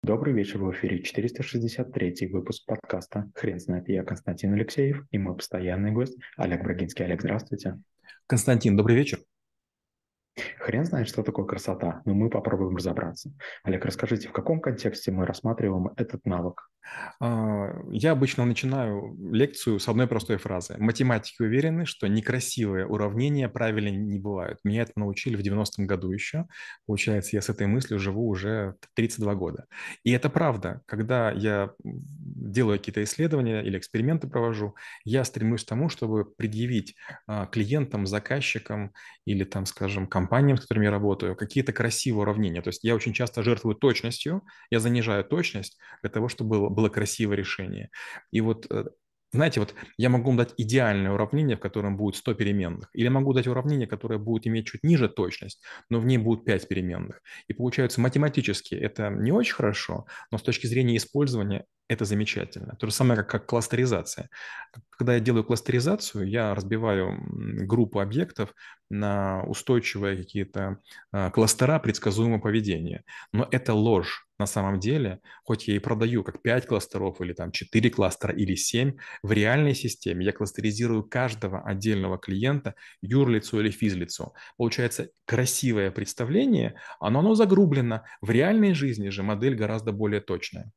Добрый вечер, в эфире 463 выпуск подкаста «Хрен знает». Я Константин Алексеев и мой постоянный гость Олег Брагинский. Олег, здравствуйте. Константин, добрый вечер. Хрен знает, что такое красота, но мы попробуем разобраться. Олег, расскажите, в каком контексте мы рассматриваем этот навык? Я обычно начинаю лекцию с одной простой фразы. Математики уверены, что некрасивые уравнения правильно не бывают. Меня это научили в 90-м году еще. Получается, я с этой мыслью живу уже 32 года. И это правда. Когда я делаю какие-то исследования или эксперименты провожу, я стремлюсь к тому, чтобы предъявить клиентам, заказчикам или, там, скажем, компаниям, с которыми я работаю, какие-то красивые уравнения. То есть я очень часто жертвую точностью, я занижаю точность, для того, чтобы было красивое решение. И вот, знаете, вот я могу вам дать идеальное уравнение, в котором будет 100 переменных, или могу дать уравнение, которое будет иметь чуть ниже точность, но в ней будут 5 переменных. И получается, математически это не очень хорошо, но с точки зрения использования это замечательно. То же самое, как кластеризация. Когда я делаю кластеризацию, я разбиваю группу объектов на устойчивые какие-то кластера предсказуемого поведения. Но это ложь. На самом деле, хоть я и продаю как 5 кластеров или там 4 кластера или 7, в реальной системе я кластеризирую каждого отдельного клиента, юрлицо или физлицо. Получается красивое представление, оно загрублено. В реальной жизни же модель гораздо более точная.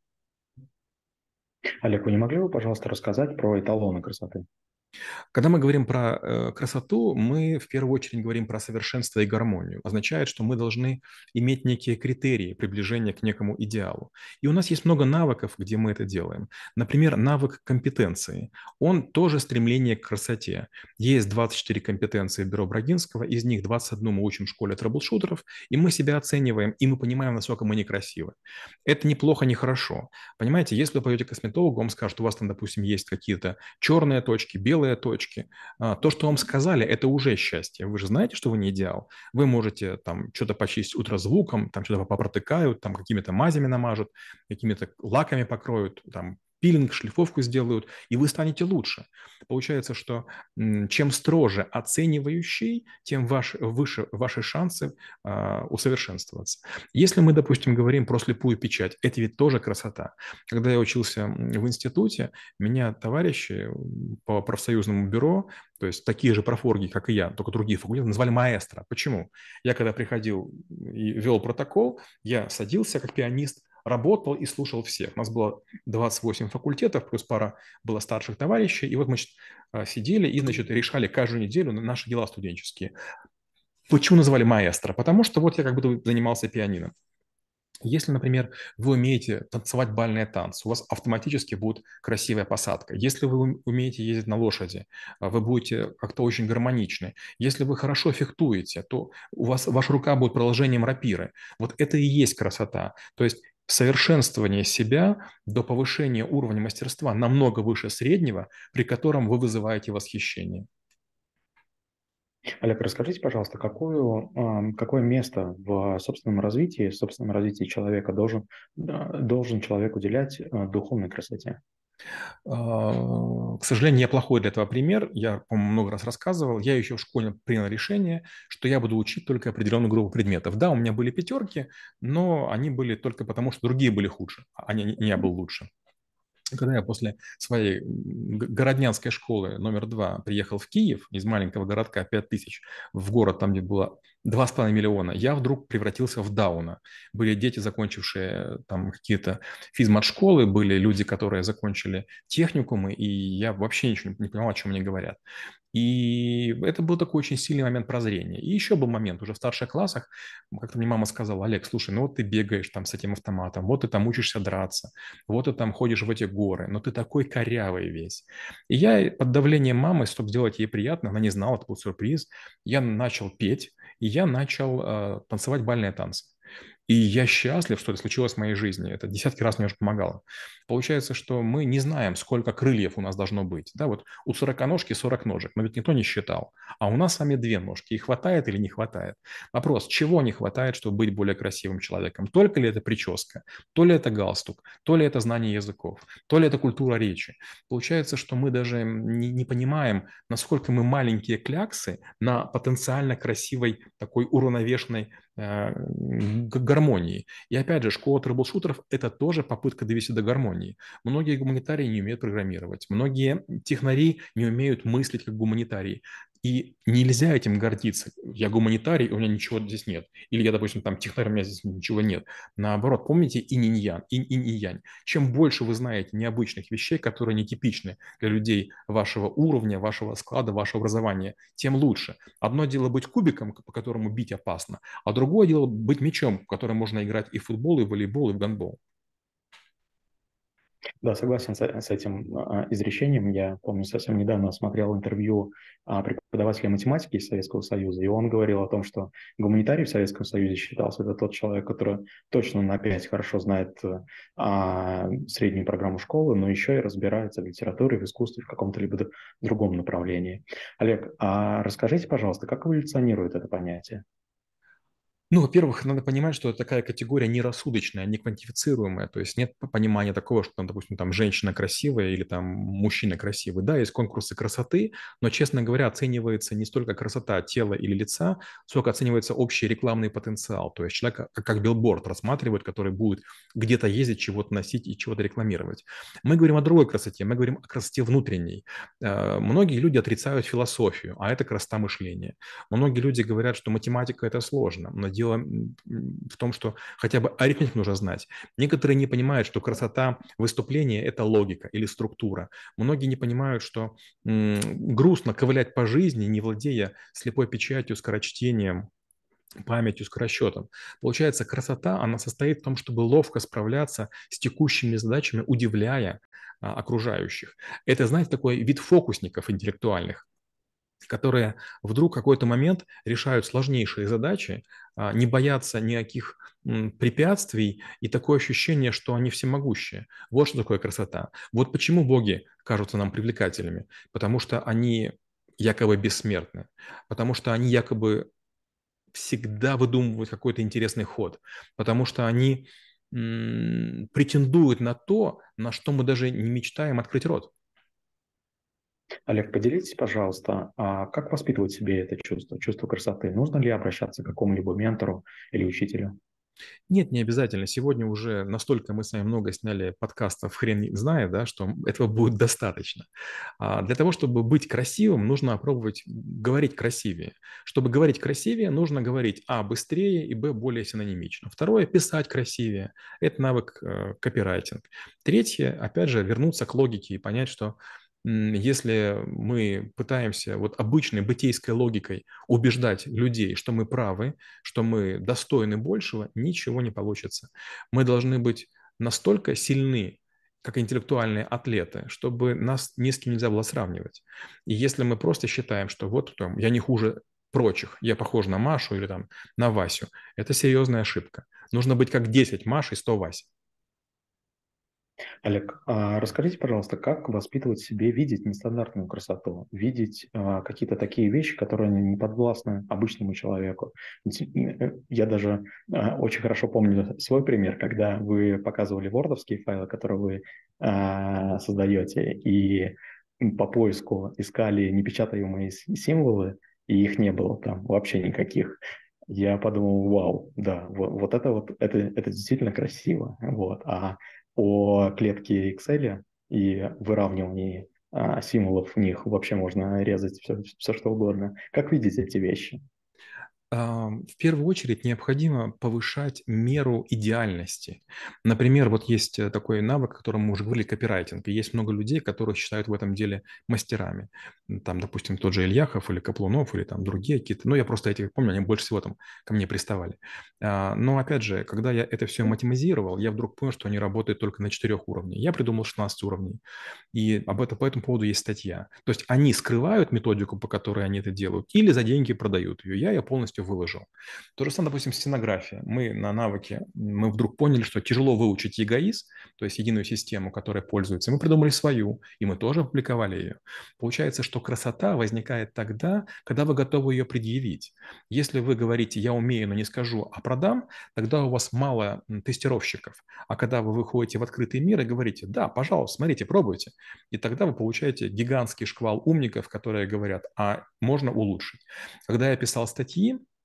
Олег, вы не могли бы, пожалуйста, рассказать про эталоны красоты? Когда мы говорим про красоту, мы в первую очередь говорим про совершенство и гармонию. Означает, что мы должны иметь некие критерии приближения к некому идеалу. И у нас есть много навыков, где мы это делаем. Например, навык компетенции. Он тоже стремление к красоте. Есть 24 компетенции в бюро Брагинского, из них 21 мы учим в школе трэблшутеров, и мы себя оцениваем, и мы понимаем, насколько мы некрасивы. Это неплохо, не хорошо. Понимаете, если вы пойдете к косметологу, вам скажут, у вас там, допустим, есть какие-то черные точки, белые точки. То, что вам сказали, это уже счастье. Вы же знаете, что вы не идеал. Вы можете там что-то почистить ультразвуком, там что-то попротыкают, там какими-то мазями намажут, какими-то лаками покроют, там пилинг, шлифовку сделают, и вы станете лучше. Получается, что чем строже оценивающий, тем выше ваши шансы усовершенствоваться. Если мы, допустим, говорим про слепую печать, это ведь тоже красота. Когда я учился в институте, меня товарищи по профсоюзному бюро, то есть такие же профорги, как и я, только другие факультеты, назвали маэстро. Почему? Я когда приходил и вел протокол, я садился как пианист, работал и слушал всех. У нас было 28 факультетов, плюс пара было старших товарищей, и вот мы сидели и, значит, решали каждую неделю наши дела студенческие. Почему назвали маэстро? Потому что вот я как будто занимался пианино. Если, например, вы умеете танцевать бальные танцы, у вас автоматически будет красивая посадка. Если вы умеете ездить на лошади, вы будете как-то очень гармоничны. Если вы хорошо фехтуете, то у вас ваша рука будет продолжением рапиры. Вот это и есть красота. То есть совершенствование себя до повышения уровня мастерства намного выше среднего, при котором вы вызываете восхищение. Олег, расскажите, пожалуйста, какое место в собственном развитии человека должен человек уделять духовной красоте? К сожалению, я плохой для этого пример. Я, по-моему, много раз рассказывал. Я еще в школе принял решение, что я буду учить только определенную группу предметов. Да, у меня были пятерки, но они были только потому, что другие были хуже, а не я был лучше. Когда я после своей городнянской школы номер 2 приехал в Киев из маленького городка 5000 в город, там, где было 2,5 миллиона, я вдруг превратился в Дауна. Были дети, закончившие там какие-то физмат-школы, были люди, которые закончили техникумы, и я вообще ничего не понимал, о чем они говорят. И это был такой очень сильный момент прозрения. И еще был момент уже в старших классах, как-то мне мама сказала: Олег, слушай, ну вот ты бегаешь там с этим автоматом, вот ты там учишься драться, вот ты там ходишь в эти горы, но ты такой корявый весь. И я под давлением мамы, чтобы сделать ей приятно, она не знала, это был сюрприз, я начал петь, и я начал танцевать бальные танцы. И я счастлив, что это случилось в моей жизни. Это десятки раз мне уже помогало. Получается, что мы не знаем, сколько крыльев у нас должно быть. Да, вот у сороконожки 40 ножек, но ведь никто не считал. А у нас с вами две ножки. И хватает или не хватает? Вопрос, чего не хватает, чтобы быть более красивым человеком? Только ли это прическа? То ли это галстук? То ли это знание языков? То ли это культура речи? Получается, что мы даже не понимаем, насколько мы маленькие кляксы на потенциально красивой такой уравновешенной к гармонии. И опять же, школа трэблшутеров – это тоже попытка довести до гармонии. Многие гуманитарии не умеют программировать, многие технари не умеют мыслить как гуманитарии. И нельзя этим гордиться. Я гуманитарий, у меня ничего здесь нет. Или я, допустим, там технарь, у меня здесь ничего нет. Наоборот, помните инь-инь-ян, инь-инь-янь. Чем больше вы знаете необычных вещей, которые нетипичны для людей вашего уровня, вашего склада, вашего образования, тем лучше. Одно дело быть кубиком, по которому бить опасно, а другое дело быть мячом, которым можно играть и в футбол, и в волейбол, и в гандбол. Да, согласен с этим изречением. Я помню, совсем недавно смотрел интервью преподавателя математики из Советского Союза, и он говорил о том, что гуманитарий в Советском Союзе считался это тот человек, который точно на 5 хорошо знает среднюю программу школы, но еще и разбирается в литературе, в искусстве, в каком-то либо другом направлении. Олег, а расскажите, пожалуйста, как эволюционирует это понятие? Ну, во-первых, надо понимать, что это такая категория нерассудочная, не квантифицируемая. То есть нет понимания такого, что, там, допустим, там женщина красивая или там мужчина красивый. Да, есть конкурсы красоты, но, честно говоря, оценивается не столько красота тела или лица, сколько оценивается общий рекламный потенциал. То есть человека как билборд рассматривают, который будет где-то ездить, чего-то носить и чего-то рекламировать. Мы говорим о другой красоте, мы говорим о красоте внутренней. Многие люди отрицают философию, а это красота мышления. Многие люди говорят, что математика – это сложно, но дело в том, что хотя бы арифметику нужно знать. Некоторые не понимают, что красота выступления – это логика или структура. Многие не понимают, что грустно ковылять по жизни, не владея слепой печатью, скорочтением, памятью, скоросчетом. Получается, красота, она состоит в том, чтобы ловко справляться с текущими задачами, удивляя окружающих. Это, знаете, такой вид фокусников интеллектуальных, которые вдруг в какой-то момент решают сложнейшие задачи, не боятся никаких препятствий и такое ощущение, что они всемогущие. Вот что такое красота. Вот почему боги кажутся нам привлекательными. Потому что они якобы бессмертны, потому что они якобы всегда выдумывают какой-то интересный ход, потому что они претендуют на то, на что мы даже не мечтаем открыть рот. Олег, поделитесь, пожалуйста, как воспитывать в себе это чувство, чувство красоты? Нужно ли обращаться к какому-либо ментору или учителю? Нет, не обязательно. Сегодня уже настолько мы с вами много сняли подкастов, хрен знает, да, что этого будет достаточно. Для того, чтобы быть красивым, нужно опробовать говорить красивее. Чтобы говорить красивее, нужно говорить быстрее и более синонимично. Второе, писать красивее. Это навык копирайтинг. Третье, опять же, вернуться к логике и понять, что если мы пытаемся вот обычной бытийской логикой убеждать людей, что мы правы, что мы достойны большего, ничего не получится. Мы должны быть настолько сильны, как интеллектуальные атлеты, чтобы нас ни с кем нельзя было сравнивать. И если мы просто считаем, что вот там, я не хуже прочих, я похож на Машу или там на Васю, это серьезная ошибка. Нужно быть как 10 Маш и 100 Вась. Олег, расскажите, пожалуйста, как воспитывать в себе, видеть нестандартную красоту, видеть какие-то такие вещи, которые не подвластны обычному человеку. Я даже очень хорошо помню свой пример, когда вы показывали вордовские файлы, которые вы создаете, и по поиску искали непечатаемые символы, и их не было там вообще никаких. Я подумал, вау, да, это действительно красиво. Вот. А о клетке Excel и выравнивании символов в них вообще можно резать все что угодно. Как видите эти вещи? В первую очередь необходимо повышать меру идеальности. Например, вот есть такой навык, о котором мы уже говорили, копирайтинг. И есть много людей, которых считают в этом деле мастерами. Там, допустим, тот же Ильяхов или Каплунов, или там другие какие-то. Ну, я просто этих помню, они больше всего там ко мне приставали. Но, опять же, когда я это все математизировал, я вдруг понял, что они работают только на 4 уровнях. Я придумал 16 уровней. И по этому поводу есть статья. То есть они скрывают методику, по которой они это делают, или за деньги продают ее. Я ее полностью выложил. То же самое, допустим, стенография. Мы на навыке, мы вдруг поняли, что тяжело выучить ЕГАИС, то есть единую систему, которая пользуется. Мы придумали свою, и мы тоже опубликовали ее. Получается, что красота возникает тогда, когда вы готовы ее предъявить. Если вы говорите, я умею, но не скажу, а продам, тогда у вас мало тестировщиков. А когда вы выходите в открытый мир и говорите, да, пожалуйста, смотрите, пробуйте, и тогда вы получаете гигантский шквал умников, которые говорят, можно улучшить. Когда я писал статьи,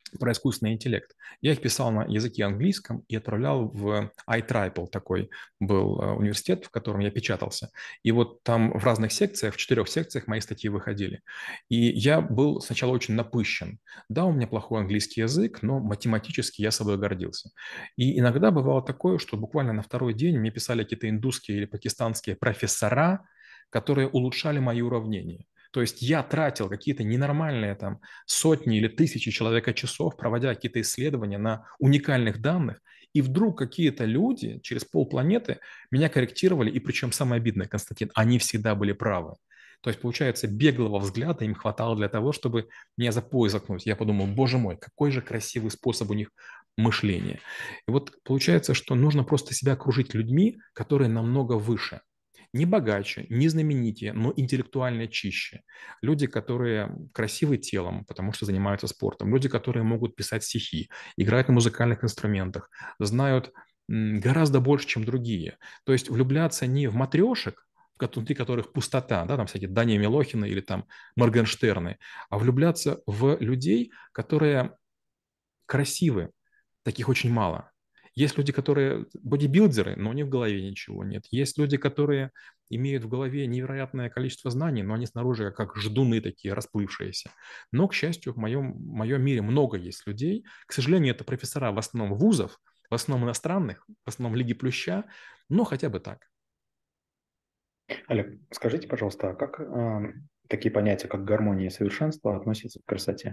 про искусственный интеллект. Я их писал на языке английском и отправлял в IEEE, такой был университет, в котором я печатался. И вот там в разных секциях, в 4 секциях мои статьи выходили. И я был сначала очень напыщен. Да, у меня плохой английский язык, но математически я собой гордился. И иногда бывало такое, что буквально на второй день мне писали какие-то индусские или пакистанские профессора, которые улучшали мои уравнения. То есть я тратил какие-то ненормальные там сотни или тысячи человека-часов, проводя какие-то исследования на уникальных данных, и вдруг какие-то люди через полпланеты меня корректировали, и причем самое обидное, Константин, они всегда были правы. То есть, получается, беглого взгляда им хватало для того, чтобы меня за пояс заткнуть. Я подумал, боже мой, какой же красивый способ у них мышления. И вот получается, что нужно просто себя окружить людьми, которые намного выше. Не богаче, не знаменитее, но интеллектуально чище. Люди, которые красивы телом, потому что занимаются спортом. Люди, которые могут писать стихи, играть на музыкальных инструментах, знают гораздо больше, чем другие. То есть влюбляться не в матрешек, внутри которых пустота, да, там всякие Дания Милохина или там Моргенштерны, а влюбляться в людей, которые красивы. Таких очень мало. Есть люди, которые бодибилдеры, но у них в голове ничего нет. Есть люди, которые имеют в голове невероятное количество знаний, но они снаружи как ждуны такие, расплывшиеся. Но, к счастью, в моем мире много есть людей. К сожалению, это профессора в основном вузов, в основном иностранных, в основном Лиги Плюща, но хотя бы так. Олег, скажите, пожалуйста, а как такие понятия, как гармония и совершенство, относятся к красоте?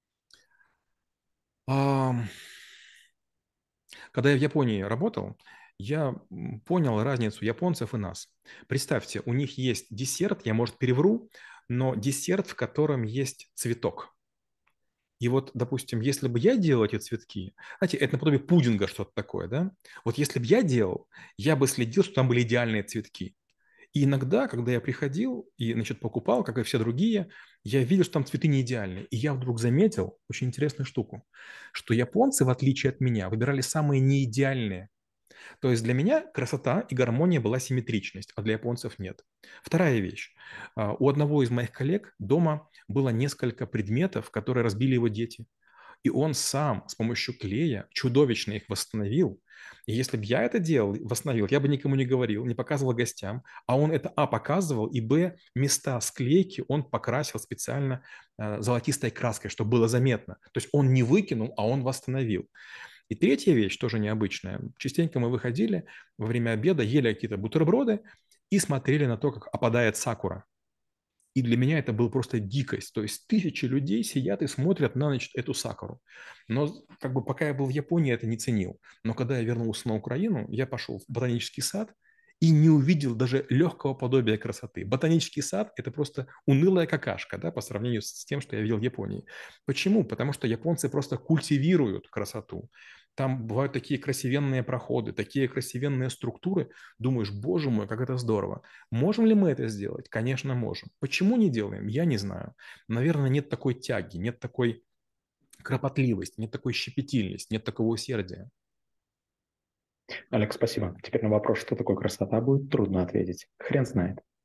Ам, Когда я в Японии работал, я понял разницу японцев и нас. Представьте, у них есть десерт, я, может, перевру, но десерт, в котором есть цветок. И вот, допустим, если бы я делал эти цветки, знаете, это наподобие пудинга что-то такое, да? Вот если бы я делал, я бы следил, что там были идеальные цветки. И иногда, когда я приходил и, значит, покупал, как и все другие, я видел, что там цветы не идеальные. И я вдруг заметил очень интересную штуку, что японцы, в отличие от меня, выбирали самые неидеальные. То есть для меня красота и гармония была симметричность, а для японцев нет. Вторая вещь. У одного из моих коллег дома было несколько предметов, которые разбили его дети. И он сам с помощью клея чудовищно их восстановил. И если бы я это делал, восстановил, я бы никому не говорил, не показывал гостям, а он это показывал, и места склейки он покрасил специально золотистой краской, чтобы было заметно. То есть он не выкинул, а он восстановил. И третья вещь, тоже необычная. Частенько мы выходили во время обеда, ели какие-то бутерброды и смотрели на то, как опадает сакура. И для меня это был просто дикость. То есть тысячи людей сидят и смотрят на ночь эту сакуру. Но как бы пока я был в Японии, я это не ценил. Но когда я вернулся на Украину, я пошел в ботанический сад и не увидел даже легкого подобия красоты. Ботанический сад – это просто унылая какашка, да, по сравнению с тем, что я видел в Японии. Почему? Потому что японцы просто культивируют красоту. Там бывают такие красивенные проходы, такие красивенные структуры. Думаешь, боже мой, как это здорово. Можем ли мы это сделать? Конечно, можем. Почему не делаем? Я не знаю. Наверное, нет такой тяги, нет такой кропотливости, нет такой щепетильности, нет такого усердия. Олег, спасибо. Теперь на вопрос, что такое красота, будет трудно ответить. Хрен знает.